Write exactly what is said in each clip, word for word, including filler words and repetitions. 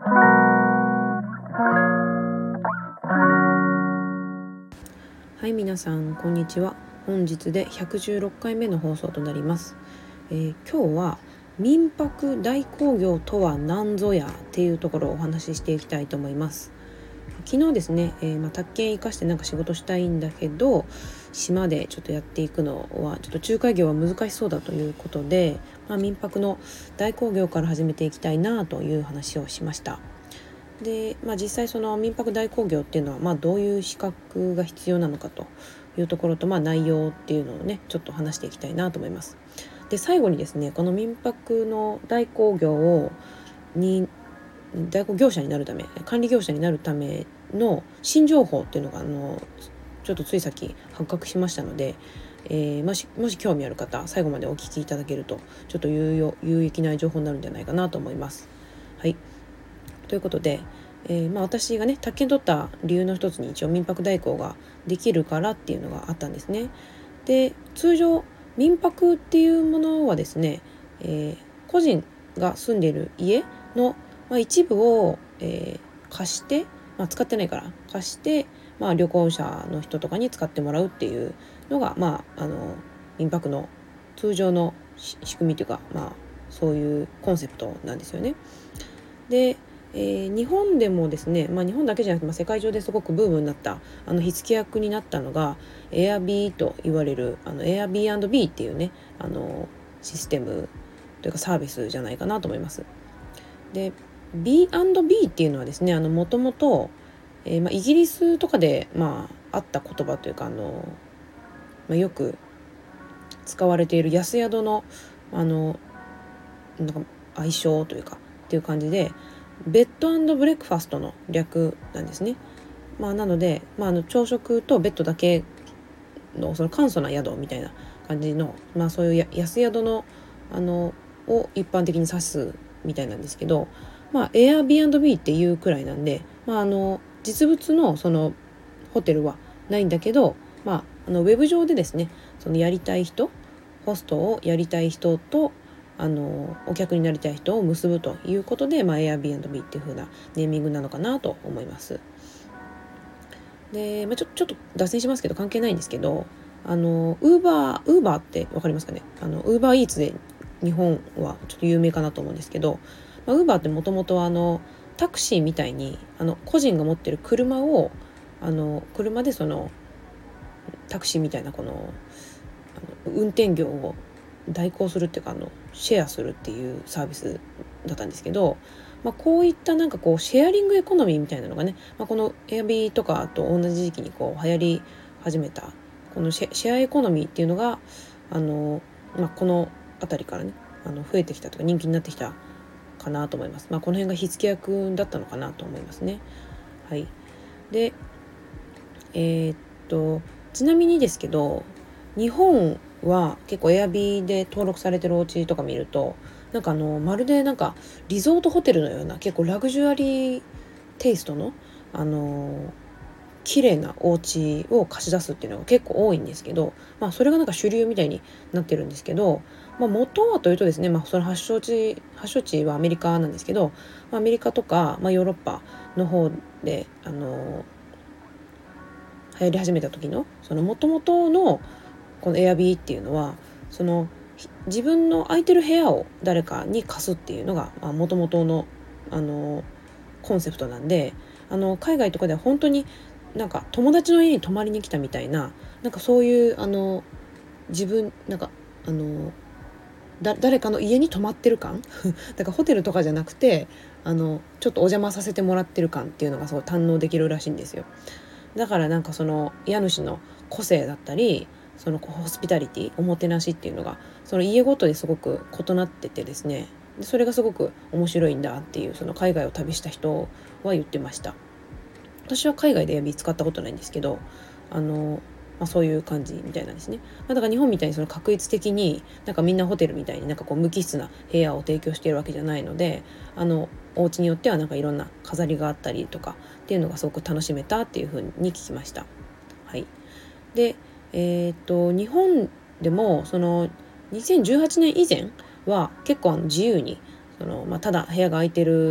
はい、皆さんこんにちは。本日でひゃくじゅうろっかいめの放送となります。えー、今日は民泊代行業とは何ぞやっていうところをお話ししていきたいと思います。昨日ですね、えーまあ、宅建生かしてなんか仕事したいんだけど島でちょっとやっていくのはちょっと仲介業は難しそうだということで、まあ、民泊の代行業から始めていきたいなという話をしました。で、まあ、実際その民泊代行業っていうのは、まあ、どういう資格が必要なのかというところと、まあ、内容っていうのをねちょっと話していきたいなと思います。で最後にですね、この民泊の代行業をに代行業者になるため管理業者になるための新情報っていうのがあのちょっとつい先発覚しましたので、えー、もしもし興味ある方最後までお聞きいただけるとちょっと有用有益な情報になるんじゃないかなと思います。はい、ということで、えーまあ、私がね宅建取った理由の一つに一応民泊代行ができるからっていうのがあったんですね。で通常民泊っていうものはですね、えー、個人が住んでいる家の、まあ、一部を、えー、貸して、まあ、使ってないから貸して、まあ、旅行者の人とかに使ってもらうっていうのが、まあ、あの民泊の通常の仕組みというか、まあ、そういうコンセプトなんですよね。で、えー、日本でもですね、まあ、日本だけじゃなくて、まあ、世界中ですごくブームになったあの火付け役になったのが Airb と言われるあの Airbnb っていうねあのシステムというかサービスじゃないかなと思います。で ビーアンドビー っていうのはですね、もともとイギリスとかで、まあ、あった言葉というかあの、まあ、よく使われている安宿のあのなんか愛称というかっていう感じでベッド&ブレックファストの略なんですね。まあ、なので、まあ、あの朝食とベッドだけのその簡素な宿みたいな感じの、まあ、そういうや安宿のあのを一般的に指すみたいなんですけど、まあ、Airbnb っていうくらいなんで、まあ、あの実物のそのホテルはないんだけど、まあ、あのウェブ上でですねそのやりたい人ホストをやりたい人とあのお客になりたい人を結ぶということで、まあ、Airbnb っていう風なネーミングなのかなと思います。で、まあ、ちょちょっと脱線しますけど関係ないんですけど、あのウーバーウーバーってわかりますかね。あのウーバーイーツで日本はちょっと有名かなと思うんですけど、まあ、ウーバーってもともとあのタクシーみたいにあの個人が持ってる車をあの車でそのタクシーみたいなこのあの運転業を代行するっていうかあのシェアするっていうサービスだったんですけど、まあ、こういったなんかこうシェアリングエコノミーみたいなのがね、まあ、この Airb とかと同じ時期にこう流行り始めたこのシェシェアエコノミーっていうのがあの、まあ、この辺りからねあの増えてきたとか人気になってきたかなと思います。まあ、この辺が火付け役だったのかなと思いますね。はい。でえーっとちなみにですけど日本は結構エアビーで登録されてるお家とか見るとなんかあのまるでなんかリゾートホテルのような結構ラグジュアリーテイストのあの綺麗なお家を貸し出すっていうのが結構多いんですけど、まあ、それがなんか主流みたいになってるんですけど、まあ、元はというとですね、まあ、その発祥地発祥地はアメリカなんですけど、まあ、アメリカとか、まあ、ヨーロッパの方であの流行り始めた時のその元々のこのエアビーっていうのはその自分の空いてる部屋を誰かに貸すっていうのが元々のあのコンセプトなんで、あの海外とかでは本当になんか友達の家に泊まりに来たみたいな、なんかそういうあの自分なんかあのだ誰かの家に泊まってる感だからホテルとかじゃなくてあのちょっとお邪魔させてもらってる感っていうのがすごい堪能できるらしいんですよ。だからなんかその家主の個性だったりそのホスピタリティおもてなしっていうのがその家ごとですごく異なっててですね、でそれがすごく面白いんだっていうその海外を旅した人は言ってました。私は海外でエアビー使ったことないんですけどあの、まあ、そういう感じみたいなんですね。まあ、だから日本みたいにその画一的になんかみんなホテルみたいになんかこう無機質な部屋を提供しているわけじゃないので、あのお家によってはなんかいろんな飾りがあったりとかっていうのがすごく楽しめたっていうふうに聞きました。はい。で、えーっと日本でもそのにせんじゅうはちねん以前は結構あの自由にその、まあ、ただ部屋が空いてる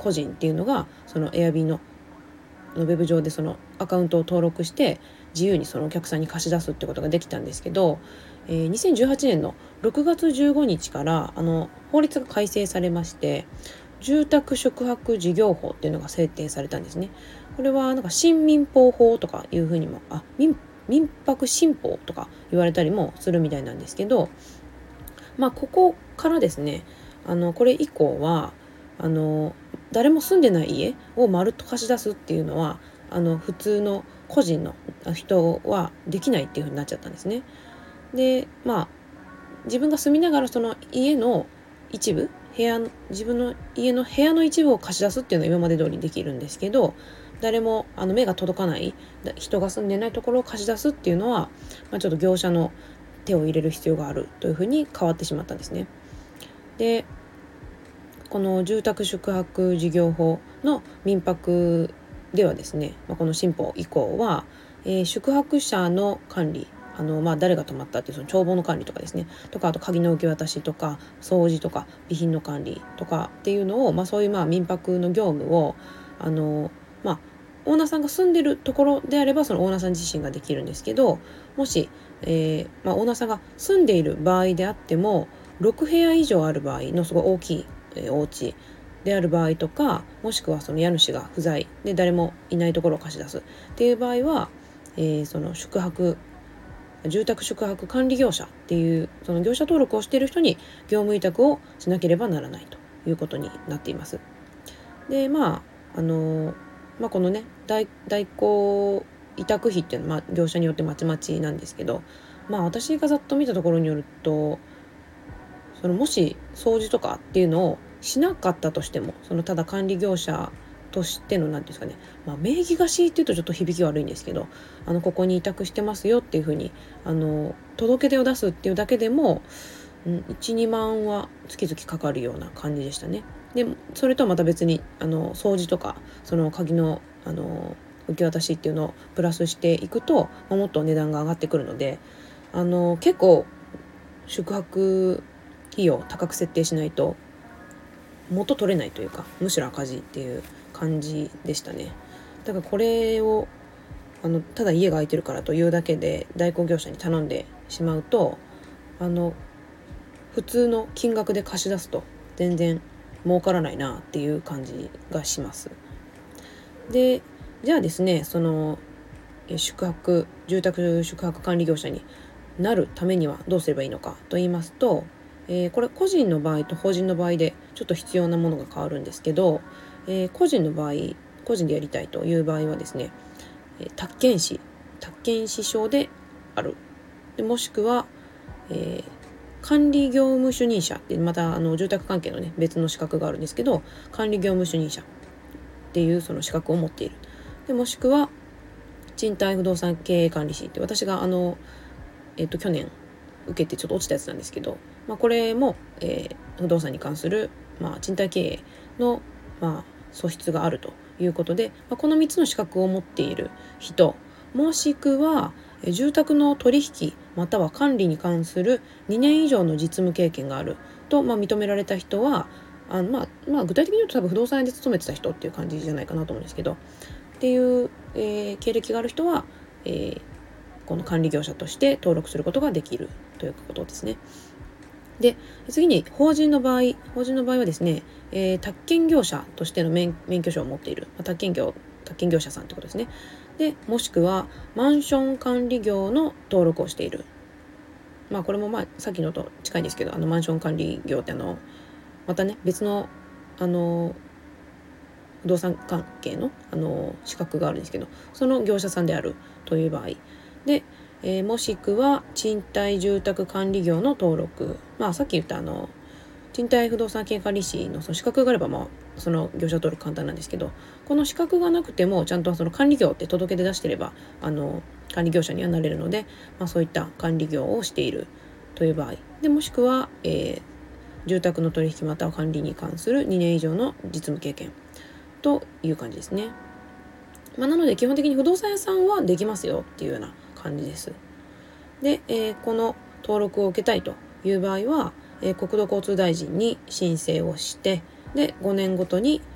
個人っていうのがそのエアビーのウェブ上でそのアカウントを登録して自由にそのお客さんに貸し出すってことができたんですけど、えー、にせんじゅうはちねんのろくがつじゅうごにちからあの法律が改正されまして、住宅宿泊事業法っていうのが制定されたんですね。これはなんか新民法法とかいうふうにもあ民民泊新法とか言われたりもするみたいなんですけど、まあここからですね、あのこれ以降はあの誰も住んでない家をまるっと貸し出すっていうのはあの普通の個人の人はできないっていう風になっちゃったんですね。でまあ自分が住みながらその家の一部部屋自分の家の部屋の一部を貸し出すっていうのは今まで通りできるんですけど、誰もあの目が届かない人が住んでないところを貸し出すっていうのは、まあ、ちょっと業者の手を入れる必要があるというふうに変わってしまったんですね。でこの住宅宿泊事業法の民泊ではですね、まあ、この新法以降は、えー、宿泊者の管理、あの、まあ、誰が泊まったっていうその帳簿の管理とかですね、とかあと鍵の受け渡しとか掃除とか備品の管理とかっていうのを、まあ、そういうまあ民泊の業務をあの、まあ、オーナーさんが住んでるところであればそのオーナーさん自身ができるんですけど、もし、えーまあ、オーナーさんが住んでいる場合であってもろくへや以上ある場合のすごい大きいお家である場合とか、もしくはその家主が不在で誰もいないところを貸し出すっていう場合は、えー、その宿泊住宅宿泊管理業者っていうその業者登録をしている人に業務委託をしなければならないということになっています。でまああのまあこのね 代, 代行委託費っていうのは、まあ、業者によってまちまちなんですけど、まあ私がざっと見たところによると、そのもし掃除とかっていうのをしなかったとしても、そのただ管理業者としての何ていうんですかね、まあ、名義貸しっていうとちょっと響き悪いんですけど、あのここに委託してますよっていうふうにあの届け出を出すっていうだけでも、うん、いち、にまんは月々かかるような感じでしたね。でそれとはまた別にあの掃除とかその鍵のあの受け渡しっていうのをプラスしていくと、まあ、もっと値段が上がってくるので、あの結構宿泊費用高く設定しないと元取れないというか、むしろ赤字っていう感じでしたね。だからこれをあのただ家が空いてるからというだけで代行業者に頼んでしまうと、あの普通の金額で貸し出すと全然儲からないなっていう感じがします。でじゃあですね、その宿泊住宅宿泊管理業者になるためにはどうすればいいのかと言いますと、えー、これ個人の場合と法人の場合でちょっと必要なものが変わるんですけど、えー、個人の場合個人でやりたいという場合はですね、えー、宅建士宅建士証である、でもしくは、えー、管理業務主任者ってまたあの住宅関係のね別の資格があるんですけど、管理業務主任者っていうその資格を持っている。でもしくは賃貸不動産経営管理士って、私があの、えっと去年受けてちょっと落ちたやつなんですけど、まあ、これも、えー、不動産に関する、まあ、賃貸経営の、まあ、素質があるということで、まあ、このみっつの資格を持っている人、もしくは住宅の取引または管理に関するにねん以上の実務経験があると、まあ、認められた人はあの、まあまあ、具体的に言うと多分不動産屋で勤めてた人っていう感じじゃないかなと思うんですけど、っていう、えー、経歴がある人は、えー、この管理業者として登録することができるということですね。で次に法人の場合法人の場合はですね、えー、宅建業者としての 免, 免許証を持っている、まあ、宅建業宅建業者さんということですね。でもしくはマンション管理業の登録をしている、まあこれもまあさっきのと近いんですけど、あのマンション管理業ってあのまたね別のあの不動産関係のあの資格があるんですけど、その業者さんであるという場合で、えー、もしくは賃貸住宅管理業の登録、まあさっき言ったあの賃貸不動産経営管理士のその資格があれば、まあその業者登録簡単なんですけど、この資格がなくてもちゃんとその管理業って届け出出してればあの管理業者にはなれるので、まあ、そういった管理業をしているという場合で、もしくは、えー、住宅の取引または管理に関するにねん以上の実務経験という感じですね。まあ、なので基本的に不動産屋さんはできますよっていうような感じです。で、えー、この登録を受けたいという場合は、えー、国土交通大臣に申請をして、でごねんごとに、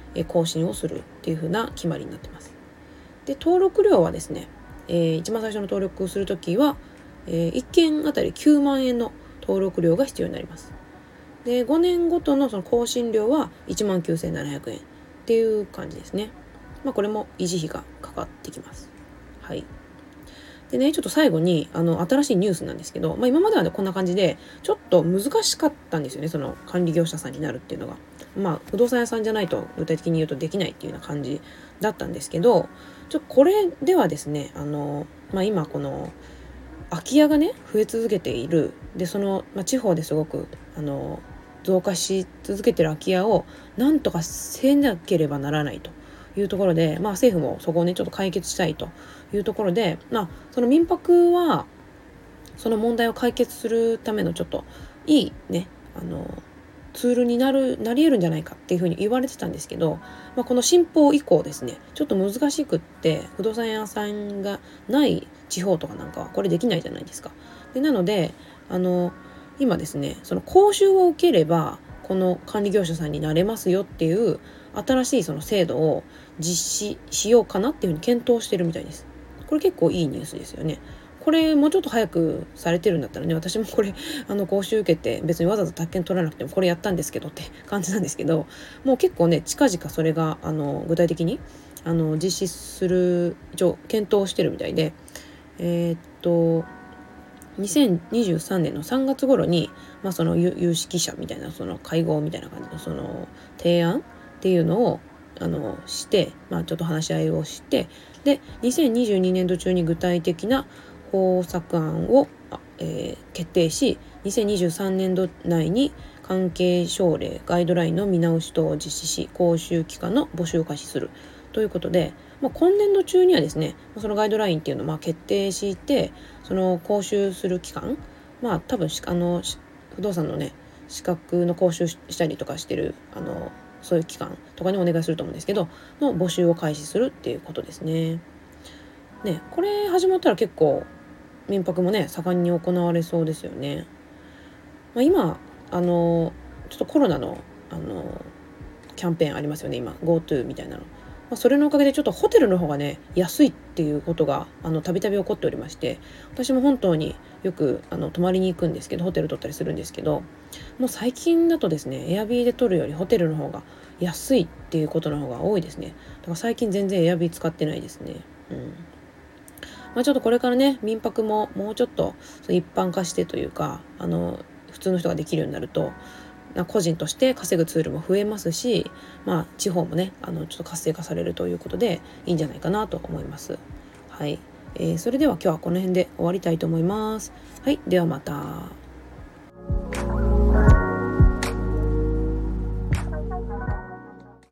え更新をするっていう風な決まりになってます。で登録料はですね、えー、一番最初の登録するときは、えー、いっけんあたりきゅうまんえんの登録料が必要になります。でごねんごとのその更新料はいちまんきゅうせんななひゃくえんっていう感じですね。まあこれも維持費がかかってきます。はい。でね、ちょっと最後にあの新しいニュースなんですけど、まあ、今まではねこんな感じでちょっと難しかったんですよね、その管理業者さんになるっていうのが。まあ不動産屋さんじゃないと具体的に言うとできないっていうような感じだったんですけど、ちょこれではですね、あの、まあ、今この空き家がね増え続けている。でその、まあ、地方ですごくあの増加し続けてる空き家をなんとかせなければならないというところで、まあ、政府もそこをねちょっと解決したいというところで、まあ、その民泊はその問題を解決するためのちょっといいねあのツールになるなり得るんじゃないかっていうふうに言われてたんですけど、まあ、この新法以降ですねちょっと難しくって不動産屋さんがない地方とかなんかはこれできないじゃないですか。でなのであの今ですねその講習を受ければこの管理業者さんになれますよっていう新しいその制度を実施しようかなっていうふうに検討してるみたいです。これ結構いいニュースですよね。これもうちょっと早くされてるんだったらね、私もこれあの講習受けて別にわざわざ宅建取らなくてもこれやったんですけどって感じなんですけど、もう結構ね近々それがあの具体的にあの実施する一応検討してるみたいで、えー、っとにせんにじゅうさんねんのさんがつ頃に、まあ、その有識者みたいなその会合みたいな感じのその提案っていうのをあのして、まあ、ちょっと話し合いをしてでにせんにじゅうにねんど中に具体的な方策案を、えー、決定しにせんにじゅうさんねんど内に関係省令ガイドラインの見直し等を実施し講習期間の募集を開始するということで、まあ、今年度中にはですねそのガイドラインっていうのをまあ決定してその講習する期間まあ多分あの不動産のね資格の講習したりとかしてるあのそういう機関とかにお願いすると思うんですけどの募集を開始するっていうことですね。ねこれ始まったら結構民泊もね盛んに行われそうですよね。まあ、今あのちょっとコロナのあのキャンペーンありますよね今 GoTo みたいなの、まあ、それのおかげでちょっとホテルの方がね安いっていうことがあのたびたび起こっておりまして、私も本当によくあの泊まりに行くんですけどホテル取ったりするんですけど、もう最近だとですねエアビーで取るよりホテルの方が安いっていうことの方が多いですね。だから最近全然エアビー使ってないですね。うんまあ、ちょっとこれからね民泊ももうちょっと一般化してというかあの普通の人ができるようになると個人として稼ぐツールも増えますし、まあ、地方もねあのちょっと活性化されるということでいいんじゃないかなと思います。はい、えー、それでは今日はこの辺で終わりたいと思います。はい、ではまた。